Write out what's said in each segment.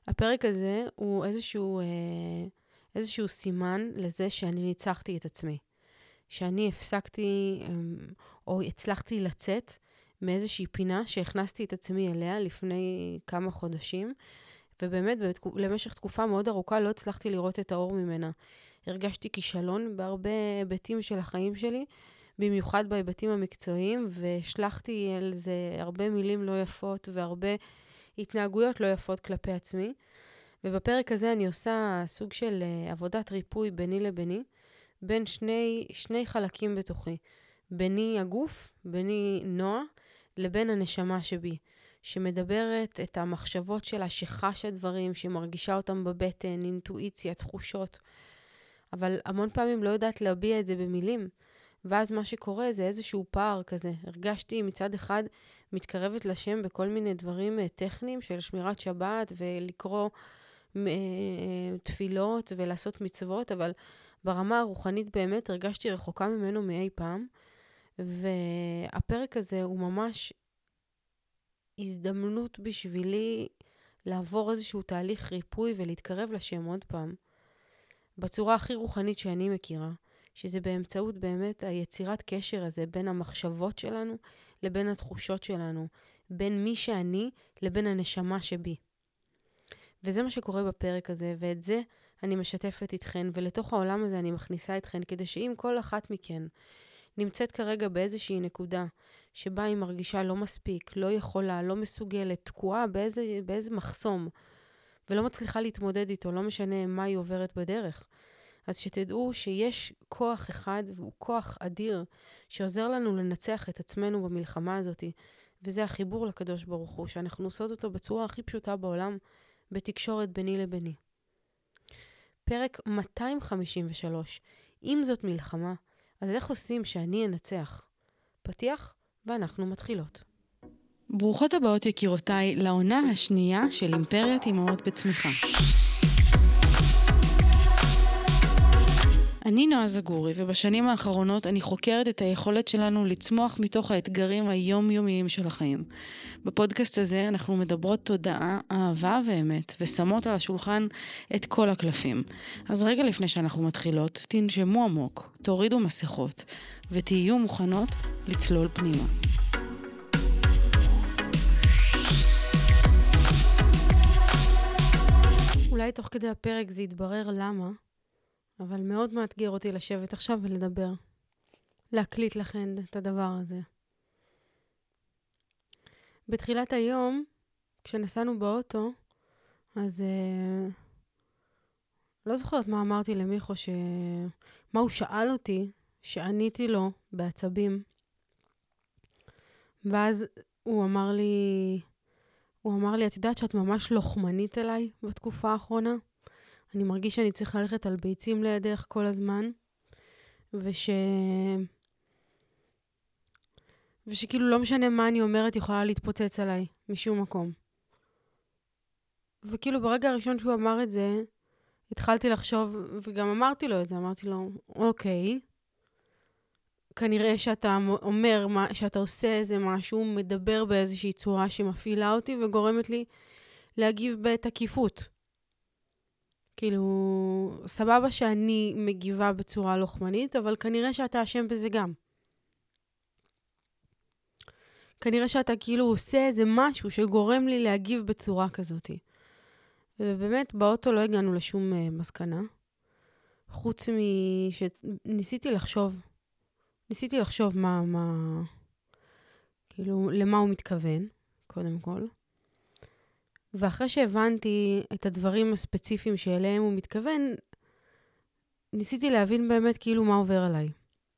הפרק הזה הוא איזשהו סימן לזה שאני ניצחתי את עצמי. שאני הפסקתי, או הצלחתי לצאת מאיזושהי פינה שהכנסתי את עצמי אליה לפני כמה חודשים, ובאמת למשך תקופה מאוד ארוכה לא הצלחתי לראות את האור ממנה. הרגשתי כישלון בהרבה היבטים של החיים שלי, במיוחד בהיבטים המקצועיים, והשלחתי על זה הרבה מילים לא יפות והרבה התנהגויות לא יפות כלפי עצמי. ובפרק הזה אני עושה סוג של עבודת ריפוי ביני לביני, בין שני חלקים בתוכי. ביני הגוף, ביני נועה, לבין הנשמה שבי, שמדברת את המחשבות שלה, שחשה דברים, שמרגישה אותם בבטן, אינטואיציה, תחושות. אבל המון פעמים לא יודעת להביע את זה במילים. ואז מה שקורה זה איזשהו פער כזה. הרגשתי מצד אחד מתקרבת לשם בכל מיני דברים טכניים של שמירת שבת ולקרוא תפילות ולעשות מצוות, אבל ברמה הרוחנית באמת הרגשתי רחוקה ממנו מאי פעם. והפרק הזה הוא ממש הזדמנות בשבילי לעבור איזשהו תהליך ריפוי ולהתקרב לשם עוד פעם. בצורה הכי רוחנית שאני מכירה, שזה באמצעות באמת היצירת קשר הזה בין המחשבות שלנו לבין התחושות שלנו, בין מי שאני לבין הנשמה שבי. וזה מה שקורה בפרק הזה, ואת זה אני משתפת איתכן, ולתוך העולם הזה אני מכניסה איתכן, כדי שאם כל אחת מכן נמצאת כרגע באיזושהי נקודה, שבה היא מרגישה לא מספיק, לא יכולה, לא מסוגלת, תקועה באיזה מחסום, ולא מצליחה להתמודד איתו, לא משנה מה היא עוברת בדרך. אז שתדעו שיש כוח אחד, והוא כוח אדיר, שעוזר לנו לנצח את עצמנו במלחמה הזאת, וזה החיבור לקדוש ברוך הוא, שאנחנו עושות אותו בצורה הכי פשוטה בעולם, בתקשורת ביני לביני. פרק 253. אם זאת מלחמה, אז איך עושים שאני אנצח? פתיח, ואנחנו מתחילות. ברוכות הבאות יקירותיי לעונה השנייה של אימפריית אימהות בצמיחה. אני נועה זגורי, ובשנים האחרונות אני חוקרת את היכולת שלנו לצמוח מתוך האתגרים היומיומיים של החיים. בפודקאסט הזה אנחנו מדברות תודעה, אהבה ואמת, ושמות על השולחן את כל הקלפים. אז רגע לפני שאנחנו מתחילות, תנשמו עמוק, תורידו מסכות, ותהיו מוכנות לצלול פנימה. אולי תוך כדי הפרק זה יתברר למה, אבל מאוד מאתגר אותי לשבת עכשיו ולדבר. להקליט לכן את הדבר הזה. בתחילת היום, כשנסענו באוטו, אז לא זוכרת מה אמרתי למיכו, מה הוא שאל אותי, שעניתי לו בעצבים. ואז הוא אמר לי, את יודעת שאת ממש לוחמנית אליי בתקופה האחרונה? אני מרגיש שאני צריך ללכת על ביצים לידך כל הזמן, ושכאילו לא משנה מה אני אומרת, יכולה להתפוצץ עליי משום מקום. וכאילו ברגע הראשון שהוא אמר את זה, התחלתי לחשוב, וגם אמרתי לו את זה, אמרתי לו, אוקיי, כנראה שאתה אומר, שאתה עושה איזה משהו, מדבר באיזושהי צורה שמפעילה אותי, וגורמת לי להגיב בתקיפות. כאילו, סבבה שאני מגיבה בצורה לוחמנית, אבל כנראה שאתה אשם בזה גם. כנראה שאתה כאילו עושה איזה משהו שגורם לי להגיב בצורה כזאת. ובאמת, באוטו לא הגענו לשום מסקנה. חוץ שניסיתי לחשוב כאילו, למה הוא מתכוון, קודם כל. ואחרי שהבנתי את הדברים הספציפיים שאליהם הוא מתכוון, ניסיתי להבין באמת כאילו מה עובר עליי.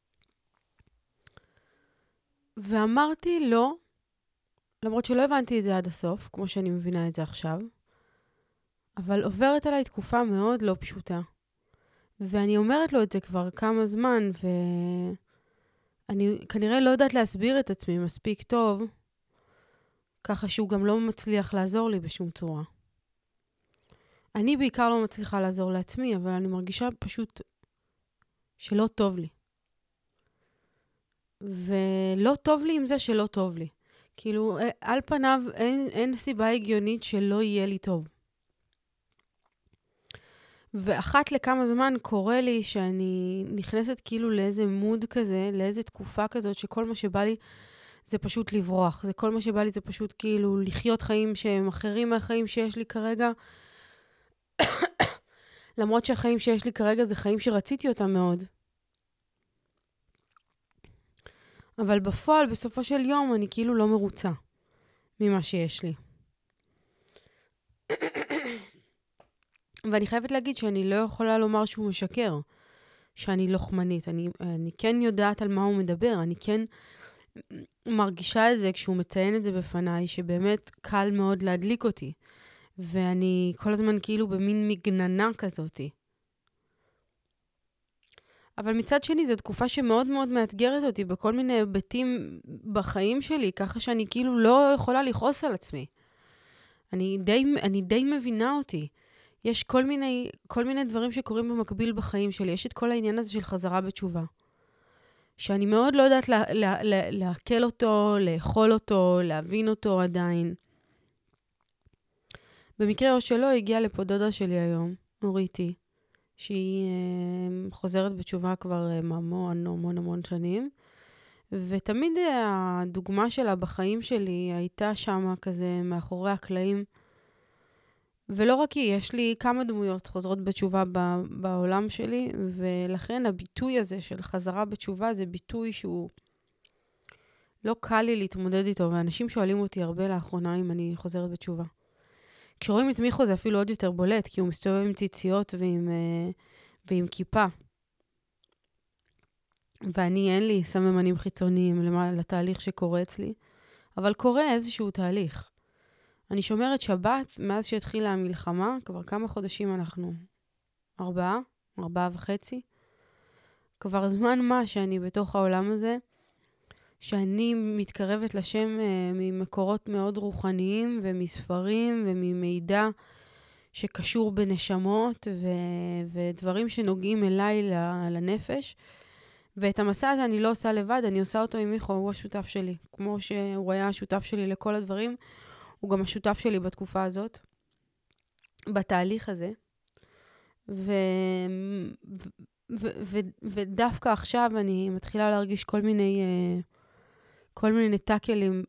ואמרתי לו, למרות שלא הבנתי את זה עד הסוף, כמו שאני מבינה את זה עכשיו, אבל עוברת עליי תקופה מאוד לא פשוטה. ואני אומרת לו את זה כבר כמה זמן, ואני כנראה לא יודעת להסביר את עצמי מספיק טוב, ככה שהוא גם לא מצליח לעזור לי בשום צורה. אני בעיקר לא מצליחה לעזור לעצמי, אבל אני מרגישה פשוט שלא טוב לי. ולא טוב לי עם זה שלא טוב לי. כאילו, על פניו אין סיבה הגיונית שלא יהיה לי טוב. ואחת לכמה זמן קורה לי שאני נכנסת כאילו לאיזה מוד כזה, לאיזה תקופה כזאת, שכל מה שבא לי זה פשוט לברוח. זה כל מה שבא לי זה פשוט כאילו לחיות חיים שהם אחרים מהחיים שיש לי כרגע. למרות שהחיים שיש לי כרגע זה חיים שרציתי אותם מאוד. אבל בפועל, בסופו של יום, אני כאילו לא מרוצה ממה שיש לי. ואני חייבת להגיד שאני לא יכולה לומר שהוא משקר, שאני לוחמנית. אני כן יודעת על מה הוא מדבר, אני כן מרגישה את זה כשהוא מציין את זה בפניי, שבאמת קל מאוד להדליק אותי. ואני כל הזמן כאילו במין מגננה כזאת. אבל מצד שני, זו תקופה שמאוד מאוד מאתגרת אותי בכל מיני היבטים בחיים שלי, ככה שאני כאילו לא יכולה לכעוס על עצמי. אני די מבינה אותי. יש כל מיני דברים שקורים במקביל בחיים שלי. יש את כל העניין הזה של חזרה בתשובה. שאני מאוד לא יודעת להקל אותו, לאכול אותו, להבין אותו עדיין. במקרה או שלא, הגיעה לפה דודה שלי היום, אוריתי, שהיא חוזרת בתשובה כבר המון שנים. ותמיד הדוגמה שלה בחיים שלי הייתה שמה כזה מאחורי הקלעים. ולא רק היא, יש לי כמה דמויות חוזרות בתשובה בעולם שלי, ולכן הביטוי הזה של חזרה בתשובה זה ביטוי שהוא לא קל לי להתמודד איתו, ואנשים שואלים אותי הרבה לאחרונה אם אני חוזרת בתשובה. כשרואים את מיכו זה אפילו עוד יותר בולט, כי הוא מסתובב עם ציציות ועם כיפה. ואני אין לי סממנים חיצוניים לתהליך שקורה אצלי, אבל קורה איזשהו תהליך. אני שומרת שבת מאז שהתחילה המלחמה, כבר כמה חודשים אנחנו, 4.5. כבר זמן מה שאני בתוך העולם הזה, שאני מתקרבת לשם ממקורות מאוד רוחניים ומספרים וממידע שקשור בנשמות ודברים שנוגעים אליי לנפש. ואת המסע הזה אני לא עושה לבד, אני עושה אותו עם מיכו, הוא השותף שלי. כמו שהוא היה השותף שלי לכל הדברים, הוא גם השותף שלי בתקופה הזאת, בתהליך הזה. ודווקא עכשיו אני מתחילה להרגיש כל מיני טאקלים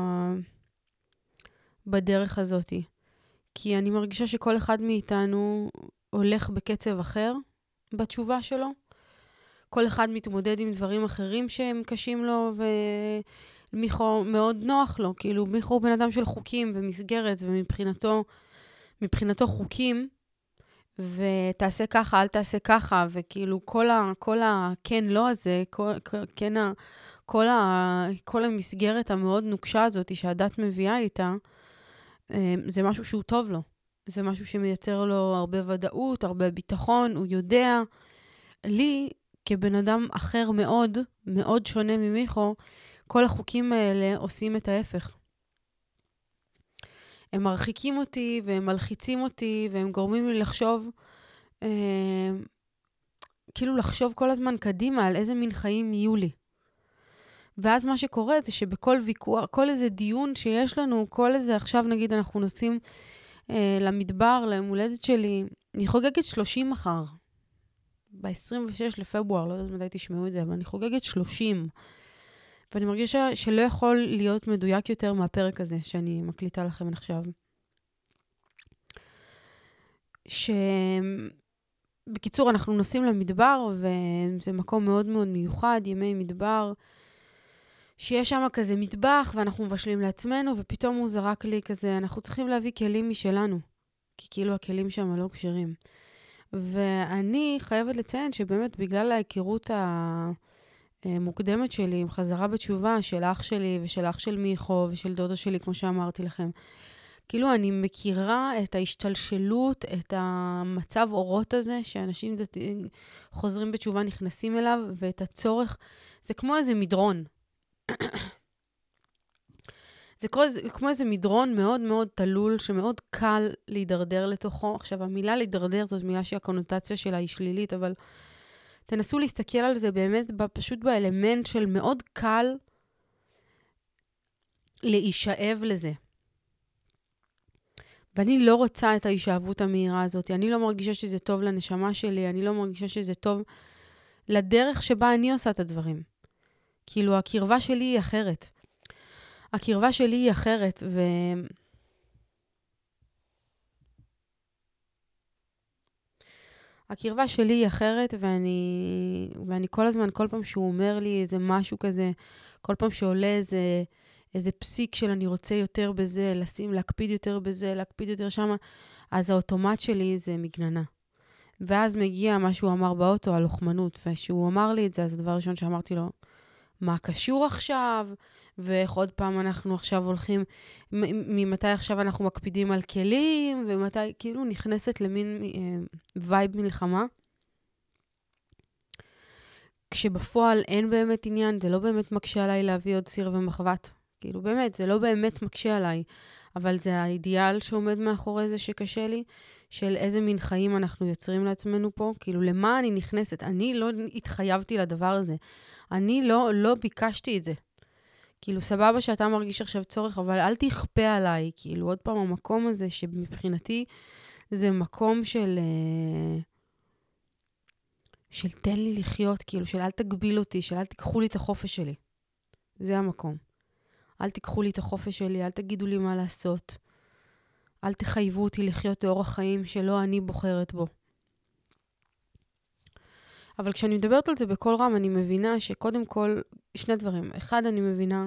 בדרך הזאת. כי אני מרגישה שכל אחד מאיתנו הולך בקצב אחר בתשובה שלו. כל אחד מתמודד עם דברים אחרים שהם קשים לו, ומיכו מאוד נוח לו. כאילו, מיכו הוא בן אדם של חוקים ומסגרת, ומבחינתו חוקים, ותעשה ככה, אל תעשה ככה, וכאילו כל הכן לא הזה, כל המסגרת המאוד נוקשה הזאת שהדת מביאה איתה, זה משהו שהוא טוב לו. זה משהו שמייצר לו הרבה ודאות, הרבה ביטחון, הוא יודע. לי, כבן אדם אחר מאוד, מאוד שונה ממיכו, כל החוקים האלה עושים את ההפך. הם מרחיקים אותי, והם מלחיצים אותי, והם גורמים לי לחשוב, כאילו לחשוב כל הזמן קדימה על איזה מין חיים יהיו לי. ואז מה שקורה זה שבכל ויכוח, כל איזה דיון שיש לנו, כל איזה, עכשיו נגיד אנחנו נוסעים למדבר, ליום הולדת שלי, אני חוגגת 30 מחר. ב-26 לפברואר, לא יודעת מתי תשמעו את זה, אבל אני חוגגת 30. ואני מרגישה שלא יכול להיות מדויק יותר מהפרק הזה שאני מקליטה לכם עכשיו. בקיצור, אנחנו נוסעים למדבר, וזה מקום מאוד מאוד מיוחד, ימי מדבר, שיש שם כזה מטבח, ואנחנו מבשלים לעצמנו, ופתאום הוא זרק לי כזה, אנחנו צריכים להביא כלים משלנו, כי כאילו הכלים שם לא קשרים. ואני חייבת לציין שבאמת בגלל ההיכרות המוקדמת שלי עם חזרה בתשובה של אח שלי ושל אח של מיכו ושל דודה שלי, כמו שאמרתי לכם, כאילו אני מכירה את ההשתלשלות, את המצב אורות הזה שאנשים חוזרים בתשובה נכנסים אליו, ואת הצורך, זה כמו איזה מדרון. זה כמו איזה מדרון מאוד מאוד תלול, שמאוד קל להידרדר לתוכו. עכשיו, המילה להידרדר זאת מילה שהקונוטציה שלה היא שלילית, אבל תנסו להסתכל על זה באמת פשוט באלמנט של מאוד קל להישאב לזה. ואני לא רוצה את ההישאבות המהירה הזאת. אני לא מרגישה שזה טוב לנשמה שלי, אני לא מרגישה שזה טוב לדרך שבה אני עושה את הדברים. כאילו, הקרבה שלי היא אחרת. הקרבה שלי היא אחרת, הקרבה שלי היא אחרת, ואני כל הזמן, כל פעם שהוא אומר לי איזה משהו כזה, כל פעם שעולה איזה פסיק של אני רוצה יותר בזה, להקפיד יותר בזה, להקפיד יותר שמה, אז האוטומט שלי זה מגננה. ואז מגיע מה שהוא אמר באוטו, הלוחמנות, ושהוא אמר לי את זה, אז הדבר הראשון שאמרתי לו, מה קשור עכשיו? ואיך עוד פעם אנחנו עכשיו הולכים, ממתי עכשיו אנחנו מקפידים על כלים, ומתי, כאילו נכנסת למין וייב מלחמה. כשבפועל אין באמת עניין, זה לא באמת מקשה עליי להביא עוד סיר ומחבת. כאילו באמת, זה לא באמת מקשה עליי, אבל זה האידיאל שעומד מאחורי זה שקשה לי, של איזה מין חיים אנחנו יוצרים לעצמנו פה, כאילו למה אני נכנסת, אני לא התחייבתי לדבר הזה, אני לא ביקשתי את זה. כאילו סבבה שאתה מרגיש עכשיו צורך, אבל אל תכפה עליי, כאילו עוד פעם המקום הזה שמבחינתי זה מקום של תן לי לחיות, כאילו של אל תגביל אותי, של אל תיקחו לי את החופש שלי. זה המקום. אל תיקחו לי את החופש שלי, אל תגידו לי מה לעשות. אל תחייבו אותי לחיות אורח חיים שלא אני בוחרת בו. אבל כשאני מדברת על זה בכל רם, אני מבינה שקודם כל, שני דברים. אחד, אני מבינה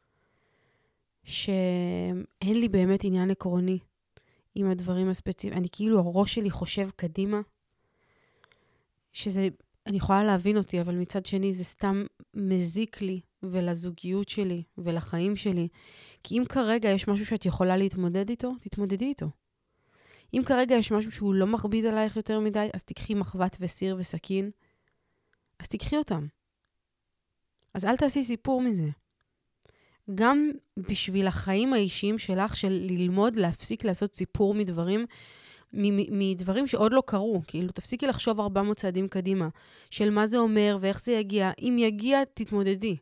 שאין לי באמת עניין עקרוני עם הדברים הספציפיים. אני כאילו, הראש שלי חושב קדימה, שזה, אני יכולה להבין אותי, אבל מצד שני זה סתם מזיק לי ולזוגיות שלי ולחיים שלי. כי אם כרגע יש משהו שאת יכולה להתמודד איתו, תתמודדי איתו. אם כרגע יש משהו שהוא לא מכביד עלייך יותר מדי, אז תקחי מחבת וסיר וסכין, אז תקחי אותם. אז אל תעשי סיפור מזה. גם בשביל החיים האישיים שלך, של ללמוד, להפסיק לעשות סיפור מדברים שעוד לא קרו. כאילו, תפסיקי לחשוב 400 צעדים קדימה, של מה זה אומר ואיך זה יגיע. אם יגיע, תתמודדי.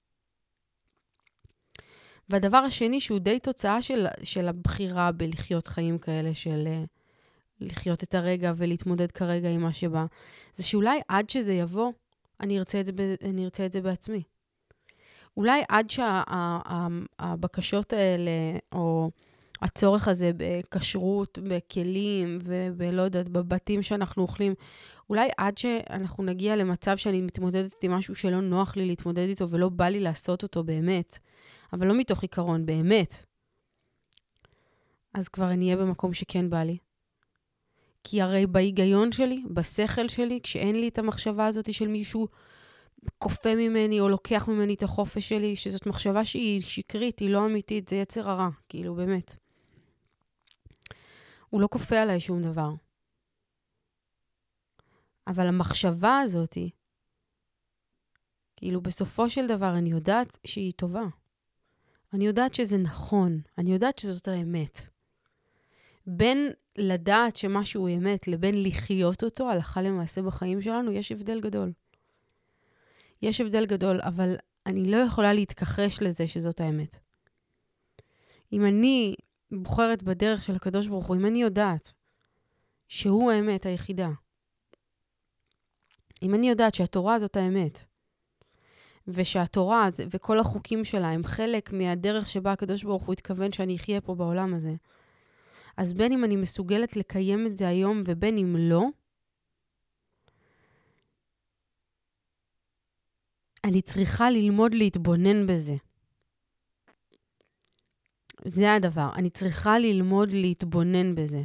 והדבר השני, שהוא די תוצאה של הבחירה בלחיות חיים כאלה, של לחיות את הרגע ולהתמודד כרגע עם מה שבא, זה שאולי עד שזה יבוא, אני ארצה את זה בעצמי. אולי עד שהבקשות האלה, או הצורך הזה בקשרות, בכלים, ובלא יודעת, בבתים שאנחנו אוכלים, אולי עד שאנחנו נגיע למצב שאני מתמודדת עם משהו שלא נוח לי להתמודד איתו, ולא בא לי לעשות אותו באמת, אבל לא מתוך עיקרון, באמת. אז כבר אני אהיה במקום שכן בא לי. כי הרי בהיגיון שלי, בשכל שלי, כשאין לי את המחשבה הזאת של מישהו כופה ממני או לוקח ממני את החופש שלי, שזאת מחשבה שהיא שקרית, היא לא אמיתית, זה יצר הרע, כאילו באמת. הוא לא כופה עליי שום דבר. אבל המחשבה הזאת, כאילו בסופו של דבר אני יודעת שהיא טובה. אני יודעת שזה נכון, אני יודעת שזאת האמת. בין לדעת שמשהו הוא אמת לבין לחיות אותו, הלכה למעשה בחיים שלנו, יש הבדל גדול. יש הבדל גדול, אבל אני לא יכולה להתכחש לזה שזאת האמת. אם אני בוחרת בדרך של הקדוש ברוך הוא, אם אני יודעת שהוא האמת היחידה, אם אני יודעת שהתורה זאת האמת, ושהתורה וכל החוקים שלה הם חלק מהדרך שבה הקדוש ברוך הוא התכוון שאני אחיה פה בעולם הזה, אז בין אם אני מסוגלת לקיים את זה היום ובין אם לא, אני צריכה ללמוד להתבונן בזה. זה הדבר. אני צריכה ללמוד להתבונן בזה.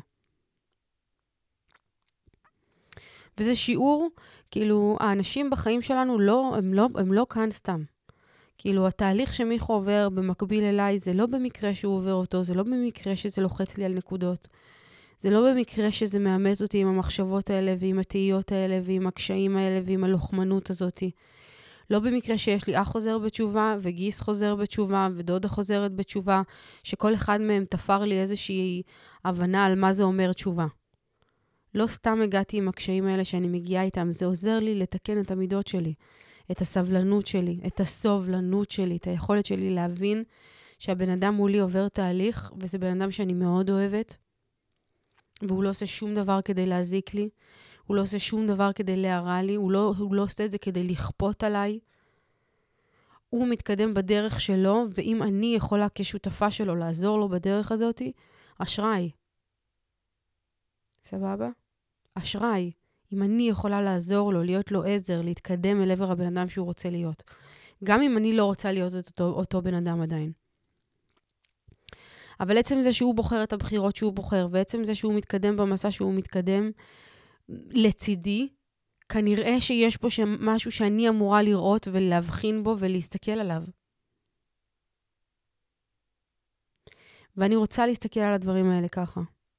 וזה שיעור, כאילו, האנשים בחיים שלנו הם לא כאן סתם. כאילו, התהליך שמיכו עובר במקביל אליי, זה לא במקרה שהוא עובר אותו, זה לא במקרה שזה לוחץ לי על נקודות. זה לא במקרה שזה מאמת אותי עם המחשבות האלה, ועם התהיות האלה, ועם הקשיים האלה, ועם הלוחמנות הזאת. לא במקרה שיש לי אח חוזר בתשובה, וגיס חוזר בתשובה, ודודה חוזרת בתשובה, שכל אחד מהם תפר לי איזושהי הבנה על מה זה אומר תשובה. לא סתם הגעתי עם הקשיים האלה שאני מגיעה איתם, זה עוזר לי לתקן את המידות שלי, את הסבלנות שלי, את הסובלנות שלי, את היכולת שלי להבין שהבן אדם מולי עובר תהליך, וזה בן אדם שאני מאוד אוהבת, והוא לא עושה שום דבר כדי להזיק לי, הוא לא עושה שום דבר כדי להרע לי, הוא לא עושה את זה כדי לכפות עליי. הוא מתקדם בדרך שלו, ואם אני יכולה כשותפה שלו לעזור לו בדרך הזאת, אשראי. סבבה? אשראי. אם אני יכולה לעזור לו, להיות לו עזר, להתקדם אל עבר הבן אדם שהוא רוצה להיות. גם אם אני לא רוצה להיות אותו בן אדם עדיין. אבל עצם זה שהוא בוחר את הבחירות שהוא בוחר, ועצם זה שהוא מתקדם במסע שהוא מתקדם לצידי, כנראה שיש פה משהו שאני אמורה לראות ולהבחין בו ולהסתכל עליו. ואני רוצה להסתכל על הדברים האלה ככה.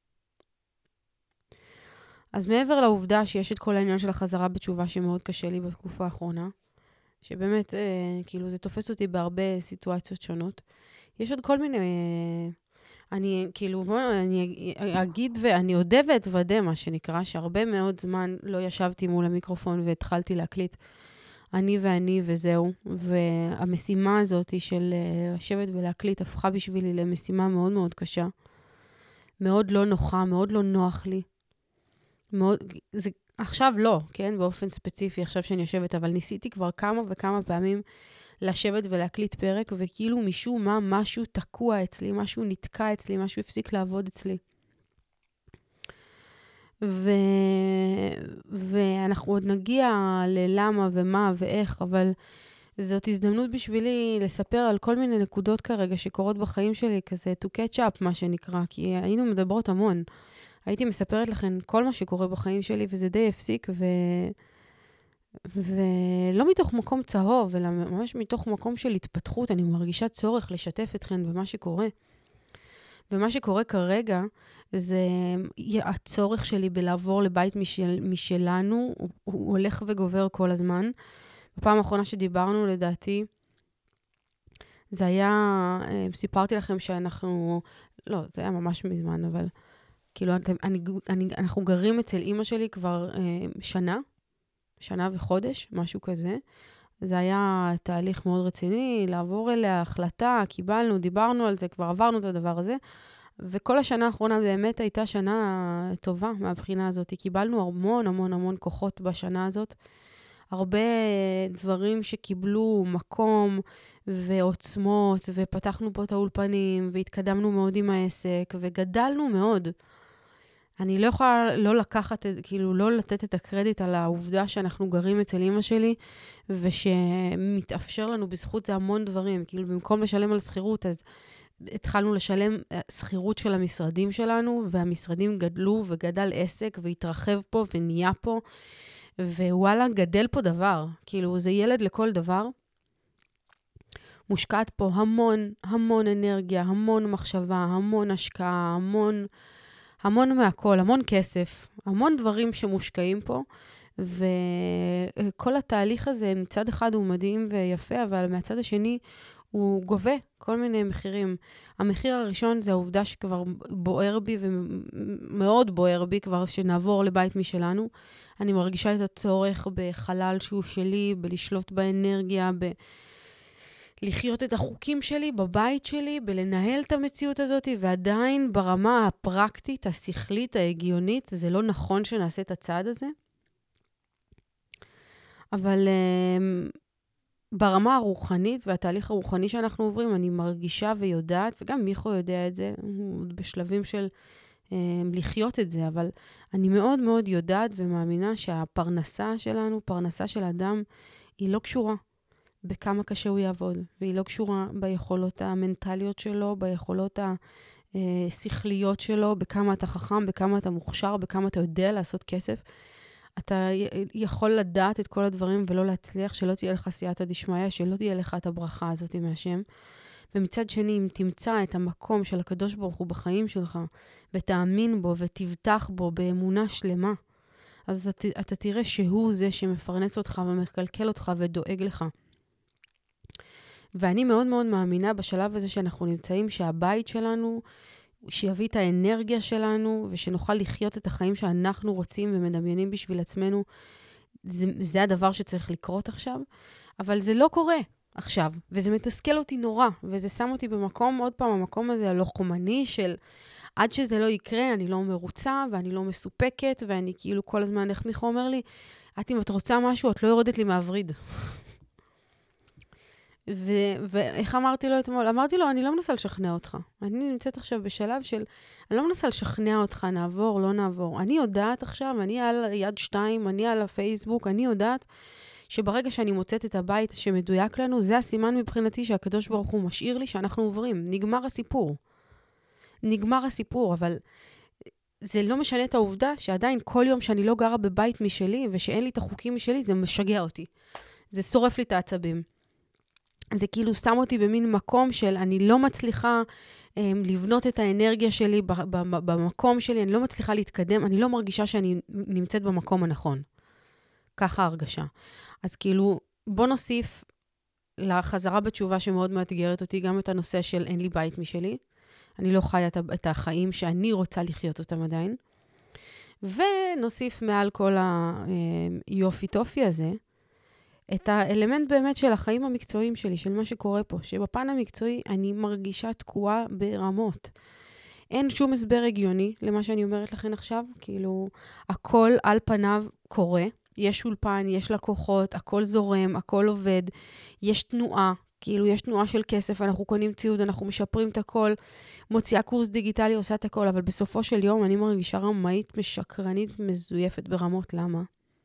אז מעבר לעובדה שיש את כל העניין של החזרה בתשובה שמאוד קשה לי בתקופה האחרונה, שבאמת, כאילו זה תופס אותי בהרבה סיטואציות שונות, יש עוד כל מיני, אני אגיד ואני אודה ואתוודה מה שנקרא, שהרבה מאוד זמן לא ישבתי מול המיקרופון והתחלתי להקליט אני וזהו, והמשימה הזאת של לשבת ולהקליט הפכה בשבילי למשימה מאוד מאוד קשה, מאוד לא נוחה, מאוד לא נוח לי, מאוד, זה עכשיו לא, כן, באופן ספציפי, עכשיו שאני יושבת, אבל ניסיתי כבר כמה וכמה פעמים לשבת ולהקליט פרק, וכאילו משום מה משהו תקוע אצלי, משהו נתקע אצלי, משהו הפסיק לעבוד אצלי. ואנחנו עוד נגיע ללמה ומה ואיך, אבל זאת הזדמנות בשבילי לספר על כל מיני נקודות כרגע שקורות בחיים שלי, כזה to catch up מה שנקרא, כי היינו מדברות המון. הייתי מספרת לכם כל מה שקורה בחיים שלי, וזה די הפסיק, ולא מתוך מקום צהוב, אלא ממש מתוך מקום של התפתחות, אני מרגישה צורך לשתף אתכם במה שקורה. ומה שקורה כרגע, זה הצורך שלי בלעבור לבית משלנו, הוא הולך וגובר כל הזמן. בפעם האחרונה שדיברנו, לדעתי, זה היה, סיפרתי לכם שאנחנו, לא, זה היה ממש מזמן, אבל כאילו, אנחנו גרים אצל אמא שלי כבר שנה וחודש, משהו כזה. זה היה תהליך מאוד רציני, לעבור אליה, החלטה, קיבלנו, דיברנו על זה, כבר עברנו את הדבר הזה. וכל השנה האחרונה באמת הייתה שנה טובה מהבחינה הזאת. קיבלנו המון כוחות בשנה הזאת. הרבה דברים שקיבלו מקום ועוצמות, ופתחנו פה את האולפנים, והתקדמנו מאוד עם העסק, וגדלנו מאוד. אני לא יכולה לא לקחת, כאילו לא לתת את הקרדיט על העובדה שאנחנו גרים אצל אמא שלי, ושמתאפשר לנו בזכות זה המון דברים. כאילו במקום לשלם על שכירות, אז התחלנו לשלם שכירות של המשרדים שלנו, והמשרדים גדלו וגדל עסק, והתרחב פה ונהיה פה, ווואלה, גדל פה דבר. כאילו זה ילד לכל דבר. מושקעת פה המון אנרגיה, המון מחשבה, המון השקעה, המון מהכל, המון כסף, המון דברים שמושקעים פה, וכל התהליך הזה מצד אחד הוא מדהים ויפה, אבל מהצד השני הוא גובה כל מיני מחירים. המחיר הראשון זה העובדה שכבר בוער בי, ומאוד בוער בי כבר שנעבור לבית משלנו. אני מרגישה את הצורך בחלל שהוא שלי, בלשלוט באנרגיה, לחיות את החוקים שלי בבית שלי, בלנהל את המציאות הזאת, ועדיין ברמה הפרקטית, השכלית, ההגיונית, זה לא נכון שנעשה את הצעד הזה. אבל ברמה הרוחנית והתהליך הרוחני שאנחנו עוברים, אני מרגישה ויודעת, וגם מיכו יודע את זה, הוא בשלבים של לחיות את זה, אבל אני מאוד מאוד יודעת ומאמינה שהפרנסה שלנו, פרנסה של אדם, היא לא קשורה בכמה קשה הוא יעבוד, והיא לא קשורה ביכולות המנטליות שלו, ביכולות השכליות שלו, בכמה אתה חכם, בכמה אתה מוכשר, בכמה אתה יודע לעשות כסף. אתה יכול לדעת את כל הדברים ולא להצליח, שלא תהיה לך סייעתא דשמיא, שלא תהיה לך את הברכה הזאת מהשם. ומצד שני, אם תמצא את המקום של הקדוש ברוך הוא בחיים שלך, ותאמין בו ותבטח בו באמונה שלמה, אז אתה תראה שהוא זה שמפרנס אותך ומקלקל אותך ודואג לך. ואני מאוד מאוד מאמינה בשלב הזה שאנחנו נמצאים, שהבית שלנו, שיביא את האנרגיה שלנו, ושנוכל לחיות את החיים שאנחנו רוצים ומדמיינים בשביל עצמנו. זה הדבר שצריך לקרות עכשיו, אבל זה לא קורה עכשיו, וזה מתסכל אותי נורא, וזה שם אותי במקום, עוד פעם, המקום הזה הלוחמני של עד שזה לא יקרה, אני לא מרוצה, ואני לא מסופקת, ואני כאילו כל הזמן, איך מיכו אומר לי, אם את רוצה משהו, את לא יורדת לי מהווריד. ואיך אמרתי לו אתמול? אמרתי לו, אני לא מנסה לשכנע אותך. אני נמצאת עכשיו בשלב של, אני לא מנסה לשכנע אותך, נעבור, לא נעבור. אני יודעת עכשיו, אני על יד 2, אני על הפייסבוק, אני יודעת שברגע שאני מוצאת את הבית שמדויק לנו, זה הסימן מבחינתי שהקדוש ברוך הוא משאיר לי שאנחנו עוברים. נגמר הסיפור. נגמר הסיפור, אבל זה לא משנה את העובדה שעדיין כל יום שאני לא גרה בבית משלי, ושאין לי את החוקים משלי, זה משגע אותי. זה שורף לי את העצבים. זה כאילו שם אותי במין מקום של אני לא מצליחה לבנות את האנרגיה שלי במקום שלי, אני לא מצליחה להתקדם, אני לא מרגישה שאני נמצאת במקום הנכון. ככה ההרגשה. אז כאילו, בוא נוסיף לחזרה בתשובה שמאוד מאתגרת אותי, גם את הנושא של אין לי בית משלי. אני לא חיה את החיים שאני רוצה לחיות אותם עדיין. ונוסיף מעל כל היופי-טופי הזה, את האלמנט באמת של החיים המקצועיים שלי, של מה שקורה פה, שבפן המקצועי אני מרגישה תקועה ברמות. אין שום הסבר הגיוני למה שאני אומרת לכם עכשיו, כאילו הכל על פניו קורה, יש אולפן, יש לקוחות, הכל זורם, הכל עובד, יש תנועה, כאילו יש תנועה של כסף, אנחנו קונים ציוד, אנחנו משפרים את הכל, מוציאה קורס דיגיטלי, עושה את הכל, אבל בסופו של יום אני מרגישה רמאית, משקרנית, מזויפת ברמות, למה?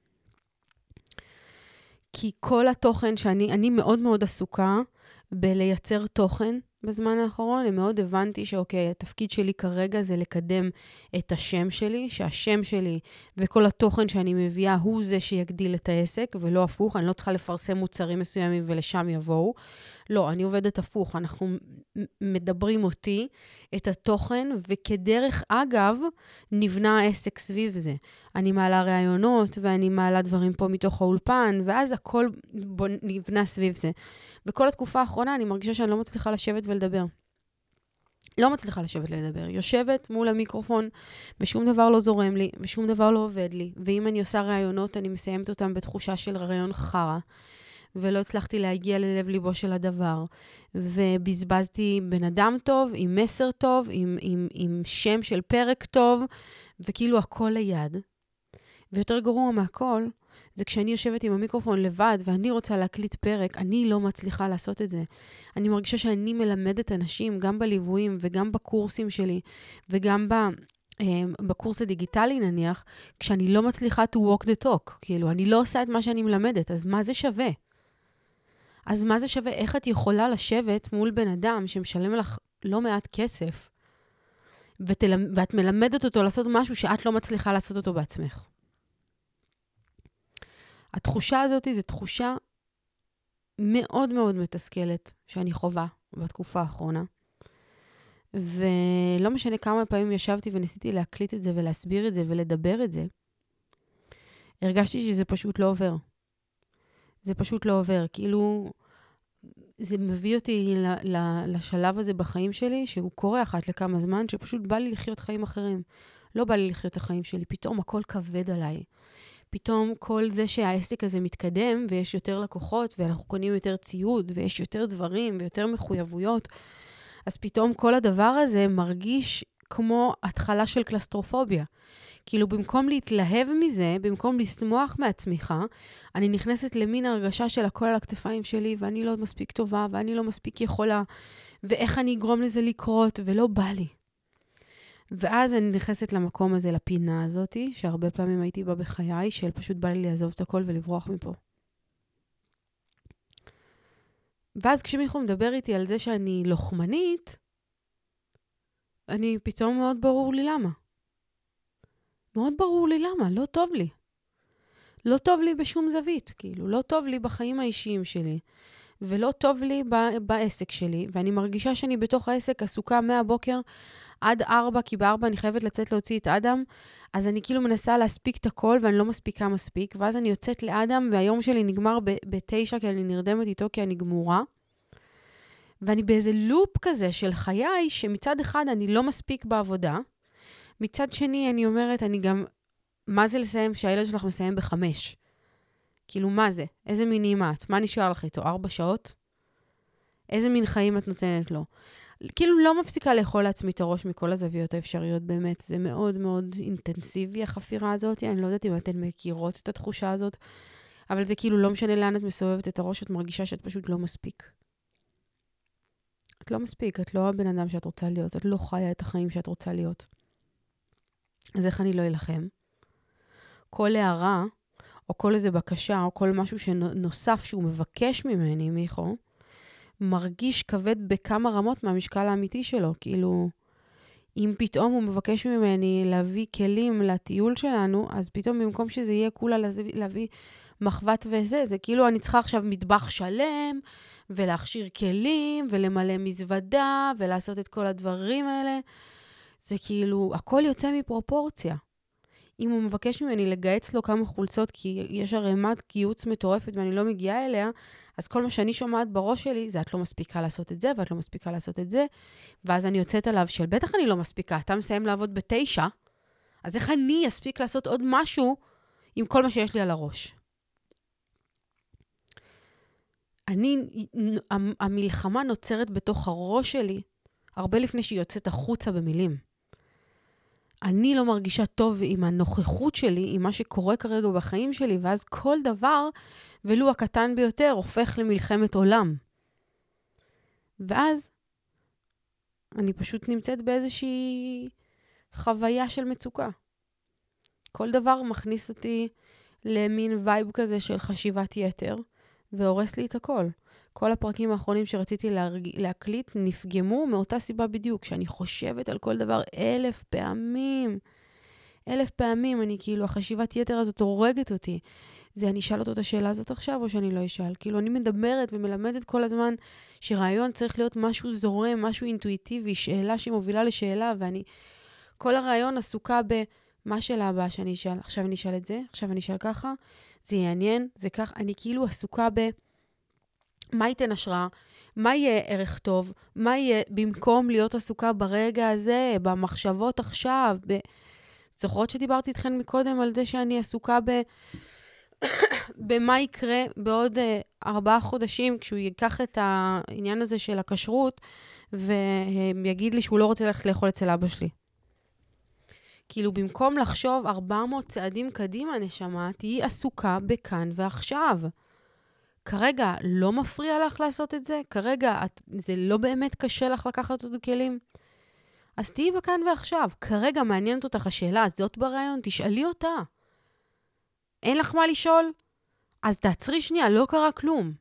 כי כל התוכן אני מאוד מאוד עסוקה בלייצר תוכן בזמן האחרון, אני מאוד הבנתי שאוקיי, התפקיד שלי כרגע זה לקדם את השם שלי, שהשם שלי וכל התוכן שאני מביאה הוא זה שיגדיל את העסק, ולא הפוך, אני לא צריכה לפרסם מוצרים מסוימים ולשם יבואו. לא, אני עובדת הפוך, אנחנו מדברים אותי, את התוכן, וכדרך אגב, נבנה העסק סביב זה. אני מעלה רעיונות, ואני מעלה דברים פה מתוך האולפן, ואז הכל נבנה סביב זה. בכל התקופה האחרונה אני מרגישה שאני לא מצליחה לשבת ולדבר. לא מצליחה לשבת לדבר. יושבת מול המיקרופון, ושום דבר לא זורם לי, ושום דבר לא עובד לי. ואם אני עושה רעיונות, אני מסיימת אותם בתחושה של רעיון חרה. ולא הצלחתי להגיע ללב ליבו של הדבר. ובזבזתי בן אדם טוב, עם מסר טוב, עם שם של פרק טוב, וכאילו הכל ליד. ויותר גרוע מהכל, זה כשאני יושבת עם המיקרופון לבד, ואני רוצה להקליט פרק, אני לא מצליחה לעשות את זה. אני מרגישה שאני מלמדת אנשים, גם בליוויים וגם בקורסים שלי, וגם בקורס הדיגיטלי נניח, כשאני לא מצליחה to walk the talk, כאילו, אני לא עושה את מה שאני מלמדת, אז מה זה שווה? אז מה זה שווה? איך את יכולה לשבת מול בן אדם שמשלם לך לא מעט כסף, ואת מלמדת אותו לעשות משהו שאת לא מצליחה לעשות אותו בעצמך? התחושה הזאת זו תחושה מאוד מאוד מתסכלת שאני חובה בתקופה האחרונה. ולא משנה כמה פעמים ישבתי וניסיתי להקליט את זה ולהסביר את זה ולדבר את זה, הרגשתי שזה פשוט לא עובר. זה פשוט לא עובר. כאילו, זה מביא אותי לשלב הזה בחיים שלי, שהוא קורה אחת לכמה זמן, שפשוט בא לי לחיות חיים אחרים. לא בא לי לחיות את החיים שלי. פתאום הכל כבד עליי. פתאום כל זה שהעסק הזה מתקדם, ויש יותר לקוחות, ואנחנו קונים יותר ציוד, ויש יותר דברים, ויותר מחויבויות, אז פתאום כל הדבר הזה מרגיש כמו התחלה של קלסטרופוביה. כאילו במקום להתלהב מזה, במקום לשמוח מעצמך, אני נכנסת למין הרגשה של הכל על הכתפיים שלי, ואני לא מספיק טובה, ואני לא מספיק יכולה, ואיך אני אגרום לזה לקרות, ולא בא לי. ואז אני נכנסת למקום הזה, לפינה הזאת, שהרבה פעמים הייתי בה בחיי, של פשוט בא לי לעזוב את הכל ולברוח מפה. ואז כשמישהו מדבר איתי על זה שאני לוחמנית, אני פתאום מאוד ברור לי למה. מאוד ברור לי למה, לא טוב לי. לא טוב לי בשום זווית, כאילו, לא טוב לי בחיים האישיים שלי, ולא טוב לי בעסק שלי, ואני מרגישה שאני בתוך העסק עסוקה מהבוקר עד 4, כי ב4 אני חייבת לצאת להוציא את אדם, אז אני כאילו מנסה להספיק את הכל, ואני לא מספיקה מספיק, ואז אני יוצאת לאדם, והיום שלי נגמר ב9, כי אני נרדמת איתו, כי אני גמורה, ואני באיזה לופ כזה של חיי, שמצד אחד אני לא מספיק בעבודה, מצד שני אני אומרת, אני גם, מה זה לסיים שהילד שלך מסיים ב5? כאילו מה זה? איזה מין אימא את? מה נשאר לך איתו? 4 שעות? איזה מין חיים את נותנת לו? כאילו לא מפסיקה לאכול לעצמי את הראש מכל הזוויות האפשריות באמת. זה מאוד מאוד אינטנסיבי, החפירה הזאת. אני לא יודעת אם אתן מכירות את התחושה הזאת, אבל זה כאילו לא משנה לאן את מסובבת את הראש, את מרגישה שאת פשוט לא מספיק. את לא מספיק, את לא הבן אדם שאת רוצה להיות, את לא חיה את החיים שאת רוצה להיות. אז איך אני לא אלחם? כל הערה, או כל איזה בקשה, או כל משהו שנוסף שהוא מבקש ממני, מיכו, מרגיש כבד בכמה רמות מהמשקל האמיתי שלו. כאילו, אם פתאום הוא מבקש ממני להביא כלים לטיול שלנו, אז פתאום במקום שזה יהיה כולה להביא מחבת וזה, זה כאילו אני צריכה עכשיו מטבח שלם, ולהכשיר כלים, ולמלא מזוודה, ולעשות את כל הדברים האלה. זה כאילו, הכל יוצא מפרופורציה. אם הוא מבקש ממני לגייץ לו כמה חולצות, כי יש הרמת קיוץ מטורפת ואני לא מגיעה אליה, אז כל מה שאני שומעת בראש שלי, זה את לא מספיקה לעשות את זה, ואת לא מספיקה לעשות את זה, ואז אני יוצאת עליו של, בטח אני לא מספיקה, אתה מסיים לעבוד ב9, אז איך אני אספיק לעשות עוד משהו עם כל מה שיש לי על הראש? המלחמה נוצרת בתוך הראש שלי, הרבה לפני שהיא יוצאת החוצה במילים. אני לא מרגישה טוב עם הנוכחות שלי, עם מה שקורה כרגע בחיים שלי, ואז כל דבר, ולו הקטן ביותר, הופך למלחמת עולם. ואז אני פשוט נמצאת באיזושהי חוויה של מצוקה. כל דבר מכניס אותי למין וייב כזה של חשיבת יתר, והורס לי את הכל. כל הפרקים האחרונים שרציתי להקליט נפגמו מאותה סיבה בדיוק, שאני חושבת על כל דבר 1000 פעמים. 1000 פעמים, אני כאילו, החשיבת יתר הזאת הורגת אותי. זה אני אשאל אותו את השאלה הזאת עכשיו, או שאני לא אשאל? כאילו, אני מדברת ומלמדת כל הזמן שרעיון צריך להיות משהו זורם, משהו אינטואיטיבי, שאלה שמובילה לשאלה, ואני, כל הרעיון עסוקה מה השאלה הבאה שאני אשאל? עכשיו אני אשאל את זה, עכשיו אני אשאל ככה, זה יעניין, זה כך, אני כאילו עסוקה מה ייתן השראה? מה יהיה ערך טוב? מה יהיה במקום להיות עסוקה ברגע הזה, במחשבות עכשיו? זוכרות שדיברתי איתכן מקודם על זה שאני עסוקה במה יקרה בעוד 4 חודשים, כשהוא ייקח את העניין הזה של הכשרות, ויגיד לי שהוא לא רוצה ללכת לאכול אצל אבא שלי. כאילו במקום לחשוב 400 צעדים קדימה, נשמה, תהי עסוקה בכאן ועכשיו. כרגע לא מפריע לך לעשות את זה? כרגע זה לא באמת קשה לך לקחת את הכלים? אז תהיי בכאן ועכשיו. כרגע מעניינת אותך השאלה הזאת ברעיון, תשאלי אותה. אין לך מה לשאול? אז תעצרי שנייה, לא קרה כלום.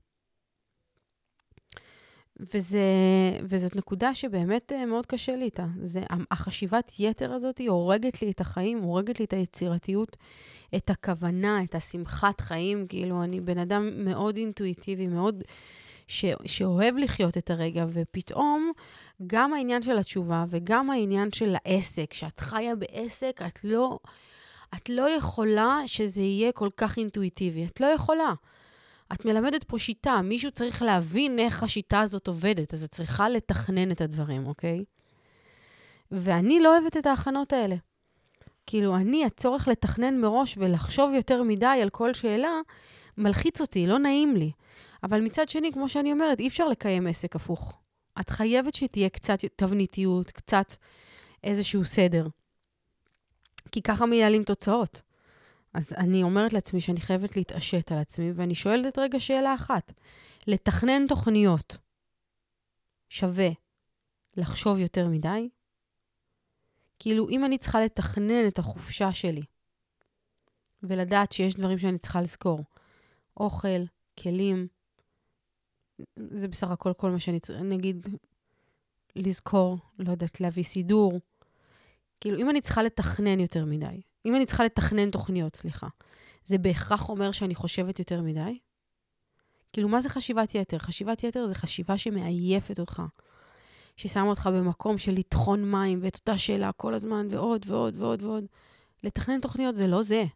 וזאת נקודה שבאמת מאוד קשה לי איתה. החשיבת יתר הזאת הורגת לי את החיים, הורגת לי את היצירתיות, את הכוונה, את השמחת חיים. כאילו, אני בן אדם מאוד אינטואיטיבי, מאוד שאוהב לחיות את הרגע, ופתאום גם העניין של התשובה וגם העניין של העסק, שאת חיה בעסק, את לא יכולה שזה יהיה כל כך אינטואיטיבי. את לא יכולה. את מלמדת פה שיטה, מישהו צריך להבין איך השיטה הזאת עובדת, אז את צריכה לתכנן את הדברים, אוקיי? ואני לא אוהבת את ההכנות האלה. כאילו, הצורך לתכנן מראש ולחשוב יותר מדי על כל שאלה, מלחיץ אותי, לא נעים לי. אבל מצד שני, כמו שאני אומרת, אי אפשר לקיים עסק הפוך. את חייבת שתהיה קצת תבניתיות, קצת איזשהו סדר. כי ככה מייעלים תוצאות. אז אני אומרת לעצמי שאני חייבת להתעשת על עצמי, ואני שואלת רגע שאלה אחת. לתכנן תוכניות שווה לחשוב יותר מדי? כאילו, אם אני צריכה לתכנן את החופשה שלי, ולדעת שיש דברים שאני צריכה לזכור, אוכל, כלים, זה בסך הכל כל מה שאני צריכה, נגיד, לזכור, לא יודעת, להביא סידור. כאילו, אם אני צריכה לתכנן יותר מדי, אם אני צריכה לתכנן תוכניות, סליחה, זה בהכרח אומר שאני חושבת יותר מדי? כאילו, מה זה חשיבת יתר? חשיבת יתר זה חשיבה שמעייפת אותך, ששמה אותך במקום של לטחון מים, ואת אותה שאלה כל הזמן, ועוד ועוד ועוד ועוד. לתכנן תוכניות זה לא זה.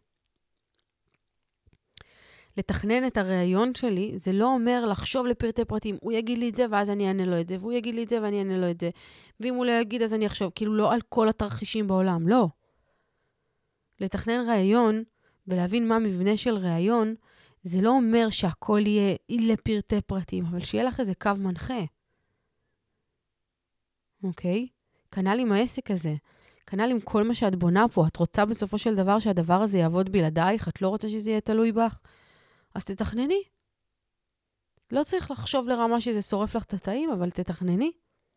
לתכנן את הרעיון שלי, זה לא אומר לחשוב לפרטי פרטים. הוא יגיד לי את זה, ואז אני אענה לו את זה, והוא יגיד לי את זה, ואני אענה לו את זה. ואם הוא לא יגיד, אז אני אחשוב. כאילו, לא על כל התרחישים בעולם, לא. לתכנן רעיון, ולהבין מה המבנה של רעיון, זה לא אומר שהכל יהיה לפרטי פרטים, אבל שיהיה לך איזה קו מנחה. אוקיי? כנ"ל עם העסק הזה. כנ"ל עם כל מה שאת בונה פה. את רוצה בסופו של דבר שהדבר הזה יעבוד בלעדייך, את לא רוצה שזה יהיה תלוי בך, אז תתכנני. לא צריך לחשוב לרמה שזה שורף לך את התאים, אבל תתכנני.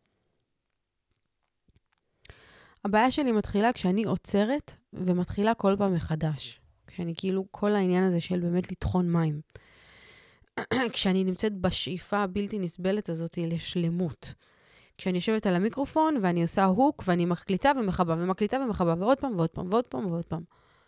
הבעיה שלי מתחילה כשאני עוצרת ומתחילה כל פעם מחדש. כשאני כאילו, כל העניין הזה של באמת לטחון מים. כשאני נמצאת בשאיפה הבלתי נסבלת הזאת לשלמות. כשאני יושבת על המיקרופון ואני עושה הוק ואני מקליטה ומחבה ומקליטה ומחבה ועוד פעם ועוד פעם ועוד פעם ועוד פעם.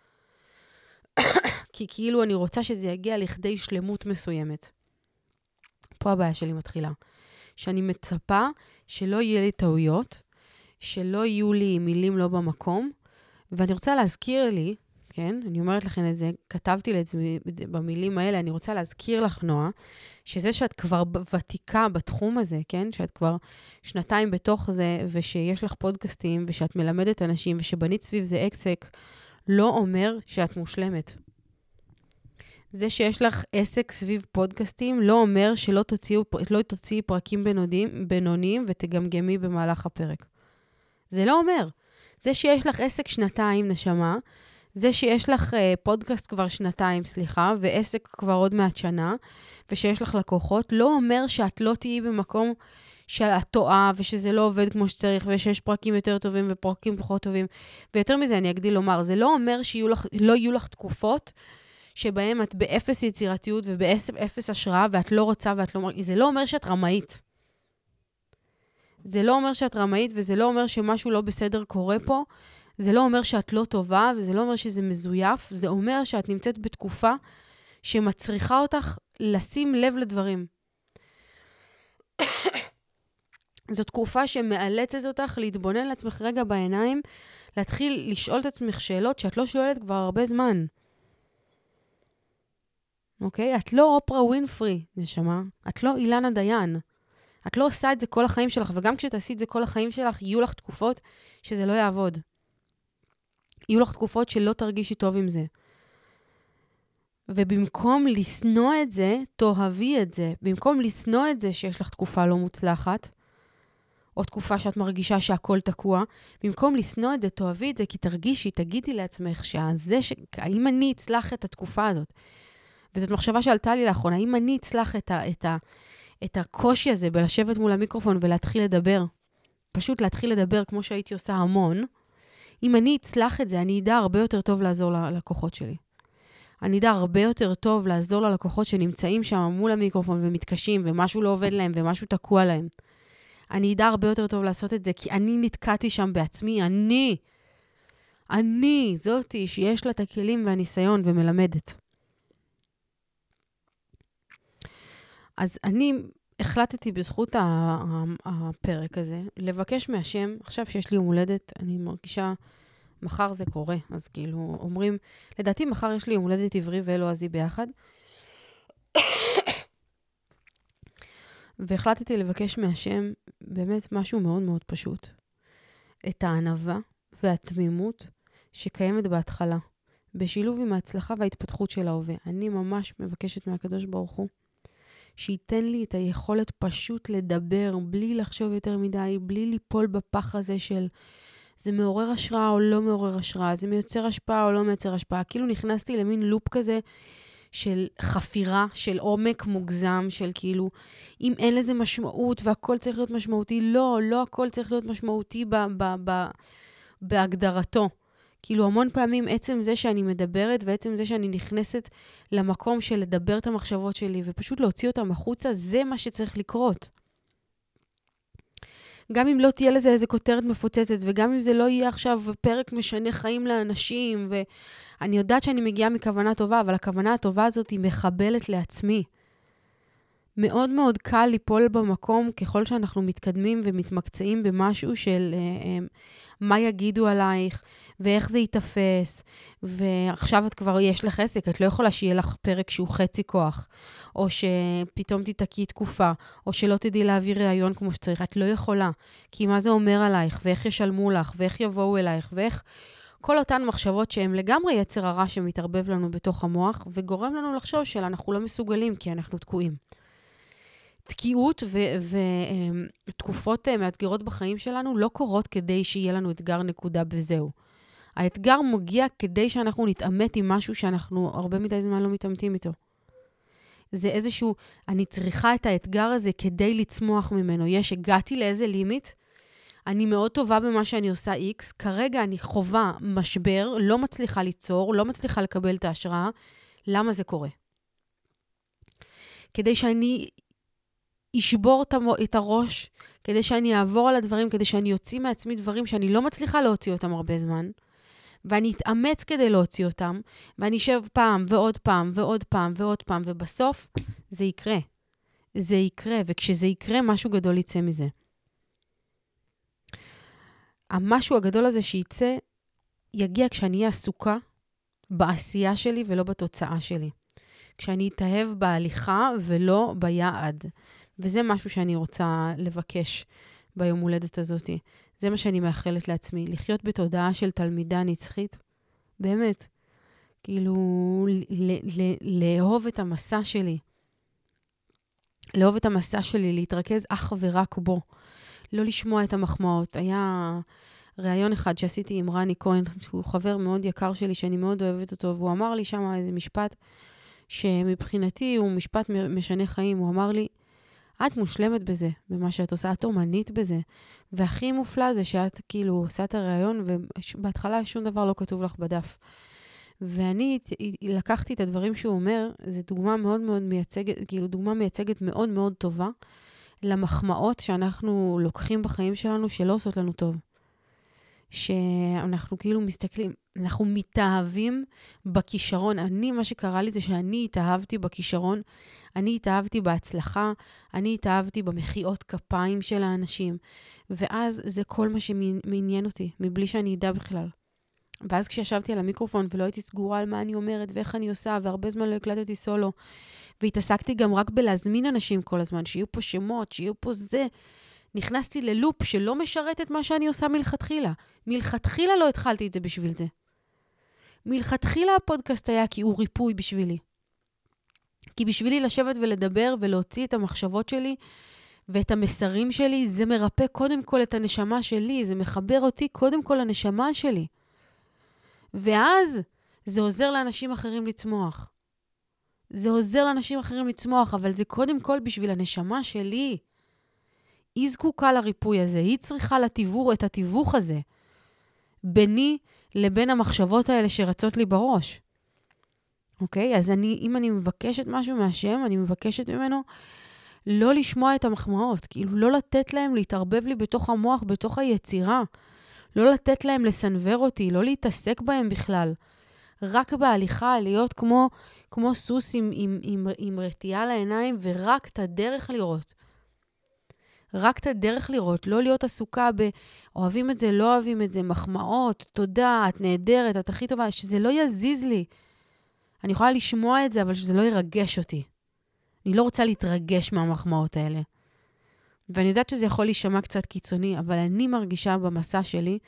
כי כאילו אני רוצה שזה יגיע לכדי שלמות מסוימת. פה הבעיה שלי מתחילה. שאני מצפה שלא יהיה לי טעויות, שלא יהיו לי מילים לא במקום, ואני רוצה להזכיר לי, כן, אני אומרת לכם את זה, כתבתי לעצמי במילים האלה, אני רוצה להזכיר לך, נועה, שזה שאת כבר ותיקה בתחום הזה, כן, שאת כבר 2 בתוך זה, ושיש לך פודקאסטים, ושאת מלמדת אנשים, ושבנית סביב זה עסק, לא אומר שאת מושלמת. זה שיש לך עסק סביב פודקאסטים, לא אומר שלא תוציאי פרקים בינוניים ותגמגמי במהלך הפרק. זה לא אומר. זה שיש לך עסק 2 נשמה, זה שיש לך פודקאסט כבר 2, ועסק כבר עוד מעט שנה, ושיש לך לקוחות, לא אומר שאת לא תהיי במקום שאת טועה, ושזה לא עובד כמו שצריך, ושיש פרקים יותר טובים ופרקים פחות טובים. ויותר מזה אני אגדיל לומר, זה לא אומר שלא יהיו לך תקופות, שבהם את באפס יצירתיות ובאפס השראה, ואת לא רוצה ואת לא... זה לא אומר שאת רמאית. זה לא אומר שאת רמאית, וזה לא אומר שמשהו לא בסדר קורה פה. זה לא אומר שאת לא טובה, וזה לא אומר שזה מזויף. זה אומר שאת נמצאת בתקופה שמצריכה אותך לשים לב לדברים. זו תקופה שמאלצת אותך להתבונן לעצמך רגע בעיניים, להתחיל לשאול את עצמך שאלות שאת לא שואלת כבר הרבה זמן. אוקיי? את לא אופרה ווינפרי, נשמה. את לא אילנה דיין. את לא עושה את זה כל החיים שלך, וגם כשתעשי את זה כל החיים שלך, יהיו לך תקופות שזה לא יעבוד. יהיו לך תקופות שלא תרגישי טוב עם זה. ובמקום לסנוע את זה, תאהבי את זה. במקום לסנוע את זה שיש לך תקופה לא מוצלחת, או תקופה שאת מרגישה שהכל תקוע, במקום לסנוע את זה, תאהבי את זה, כי תרגישי, תגידי לעצמך האם אני אצלח את התקופה הזאת? וזאת מחשבה שעלתה לי לאחרונה, האם אני אצלח את הקושי הזה בלשבת מול המיקרופון ולהתחיל לדבר? פשוט להתחיל לדבר כמו שהייתי עושה המון. אם אני אצלח את זה, אני אדע הרבה יותר טוב לעזור ללקוחות שלי. אני אדע הרבה יותר טוב לעזור ללקוחות שנמצאים שם מול המיקרופון ומתקשים, ומשהו לא עובד להם ומשהו תקוע להם. אני אדע הרבה יותר טוב לעשות את זה, כי אני נתקעתי שם בעצמי, אני זאתי שיש לה את הכלים והניסיון ומלמדת. אז אני החלטתי בזכות הפרק הזה, לבקש מהשם, עכשיו שיש לי יום הולדת, אני מרגישה, מחר זה קורה, אז כאילו אומרים, לדעתי מחר יש לי יום הולדת עברי ואלועזי ביחד, והחלטתי לבקש מהשם באמת משהו מאוד מאוד פשוט. את הענווה והתמימות שקיימת בהתחלה, בשילוב עם ההצלחה וההתפתחות של ההווה. אני ממש מבקשת מהקדוש ברוך הוא, שייתן לי את היכולת פשוט לדבר, בלי לחשוב יותר מדי, בלי ליפול בפח הזה של זה מעורר השראה או לא מעורר השראה, זה מייצר השפעה או לא מייצר השפעה. כאילו נכנסתי למין לופ כזה של חפירה, של עומק מוגזם, של כאילו, אם אין לזה משמעות והכל צריך להיות משמעותי, לא הכל צריך להיות משמעותי בהגדרתו. כאילו המון פעמים עצם זה שאני מדברת, ועצם זה שאני נכנסת למקום של לדבר את המחשבות שלי, ופשוט להוציא אותם החוצה, זה מה שצריך לקרות. גם אם לא תהיה לזה איזה כותרת מפוצצת, וגם אם זה לא יהיה עכשיו פרק משנה חיים לאנשים, ואני יודעת שאני מגיעה מכוונה טובה, אבל הכוונה הטובה הזאת היא מחבלת לעצמי. מאוד מאוד קל ליפול במקום ככל שאנחנו מתקדמים ומתמקצעים במשהו של מה יגידו עלייך ואיך זה יתפס, ועכשיו את כבר יש לך עסק, את לא יכולה שיהיה לך פרק שהוא חצי כוח, או שפתאום תתקי תקופה, או שלא תדעי להעביר רעיון כמו שצריך, את לא יכולה, כי מה זה אומר עלייך, ואיך ישלמו לך, ואיך יבואו אלייך, ואיך כל אותן מחשבות שהן לגמרי יצר הרע שמתערבב לנו בתוך המוח, וגורם לנו לחשוב שאנחנו לא מסוגלים כי אנחנו תקועים. תקיעות ותקופות מאתגרות בחיים שלנו לא קורות כדי שיהיה לנו אתגר נקודה וזהו. האתגר מגיע כדי שאנחנו נתאמת עם משהו שאנחנו הרבה מדי זמן לא מתאמתים איתו. זה איזשהו, אני צריכה את האתגר הזה כדי לצמוח ממנו. הגעתי לאיזה לימיט, אני מאוד טובה במה שאני עושה X, כרגע אני חובה משבר, לא מצליחה ליצור, לא מצליחה לקבל את ההשראה. למה זה קורה? כדי שאני אשבור את הראש, כדי שאני אעבור על הדברים, כדי שאני אוציא מעצמי דברים שאני לא מצליחה להוציא אותם הרבה זמן, ואני אתאמץ כדי להוציא אותם, ואני אשב פעם ועוד פעם ועוד פעם ועוד פעם, ובסוף זה יקרה. זה יקרה, וכשזה יקרה, משהו גדול יצא מזה. המשהו הגדול הזה שיצא, יגיע כשאני אהיה עסוקה בעשייה שלי ולא בתוצאה שלי. כשאני אתאהב בהליכה ולא ביעד. וזה משהו שאני רוצה לבקש ביום הולדת הזאת. זה מה שאני מאחלת לעצמי. לחיות בתודעה של תלמידה נצחית. באמת. כאילו, לאהוב את המסע שלי. לאהוב את המסע שלי, להתרכז אך ורק בו. לא לשמוע את המחמאות. היה ראיון אחד שעשיתי עם רני כהן, שהוא חבר מאוד יקר שלי, שאני מאוד אוהבת אותו, והוא אמר לי שם איזה משפט, שמבחינתי הוא משפט משנה חיים. הוא אמר לי, את מושלמת בזה, במה שאת עושה, את אומנית בזה. והכי מופלא זה שאת כאילו עושה את הרעיון, ובהתחלה שום דבר לא כתוב לך בדף. ואני לקחתי את הדברים שהוא אומר, זו דוגמה מאוד מאוד מייצגת, כאילו דוגמה מייצגת מאוד מאוד טובה, למחמאות שאנחנו לוקחים בחיים שלנו, שלא עושות לנו טוב. שאנחנו כאילו מסתכלים, אנחנו מתאהבים בכישרון. מה שקרה לי זה שאני התאהבתי בכישרון, אני התאהבתי בהצלחה, אני התאהבתי במחיאות כפיים של האנשים, ואז זה כל מה שמעניין אותי, מבלי שאני אדע בכלל. ואז כשישבתי על המיקרופון ולא הייתי סגורה על מה אני אומרת ואיך אני עושה, והרבה זמן לא הקלטתי סולו, והתעסקתי גם רק בלהזמין אנשים כל הזמן, שיהיו פה שמות, שיהיו פה זה, נכנסתי ללופ שלא משרת את מה שאני עושה מלכתחילה. מלכתחילה לא התחלתי את זה בשביל זה. מלכתחילה הפודקאסט היה כי הוא ריפוי בשבילי. כי בשבילי לשבת ולדבר ולהוציא את המחשבות שלי ואת המסרים שלי, זה מרפא קודם כל את הנשמה שלי, זה מחבר אותי קודם כל לנשמה שלי. ואז זה עוזר לאנשים אחרים לצמוח. זה עוזר לאנשים אחרים לצמוח, אבל זה קודם כל בשביל הנשמה שלי. היא זקוקה לריפוי הזה, היא צריכה את התיווך הזה, ביני לבין המחשבות האלה שרצות לי בראש. אוקיי? אז אם אני מבקשת משהו מהשם, אני מבקשת ממנו לא לשמוע את המחמאות, כאילו לא לתת להם להתערבב לי בתוך המוח, בתוך היצירה, לא לתת להם לסנבר אותי, לא להתעסק בהם בכלל. רק בהליכה, להיות כמו סוס עם רתיעה לעיניים, ורק את הדרך לראות. רק את הדרך לראות, לא להיות עסוקה אוהבים את זה, לא אוהבים את זה, מחמאות, תודה, את נהדרת, את הכי טובה, שזה לא יזיז לי. אני יכולה לשמוע את זה, אבל שזה לא ירגש אותי. אני לא רוצה להתרגש מהמחמאות האלה. ואני יודעת שזה יכול להישמע קצת קיצוני, אבל אני מרגישה במסע שלי,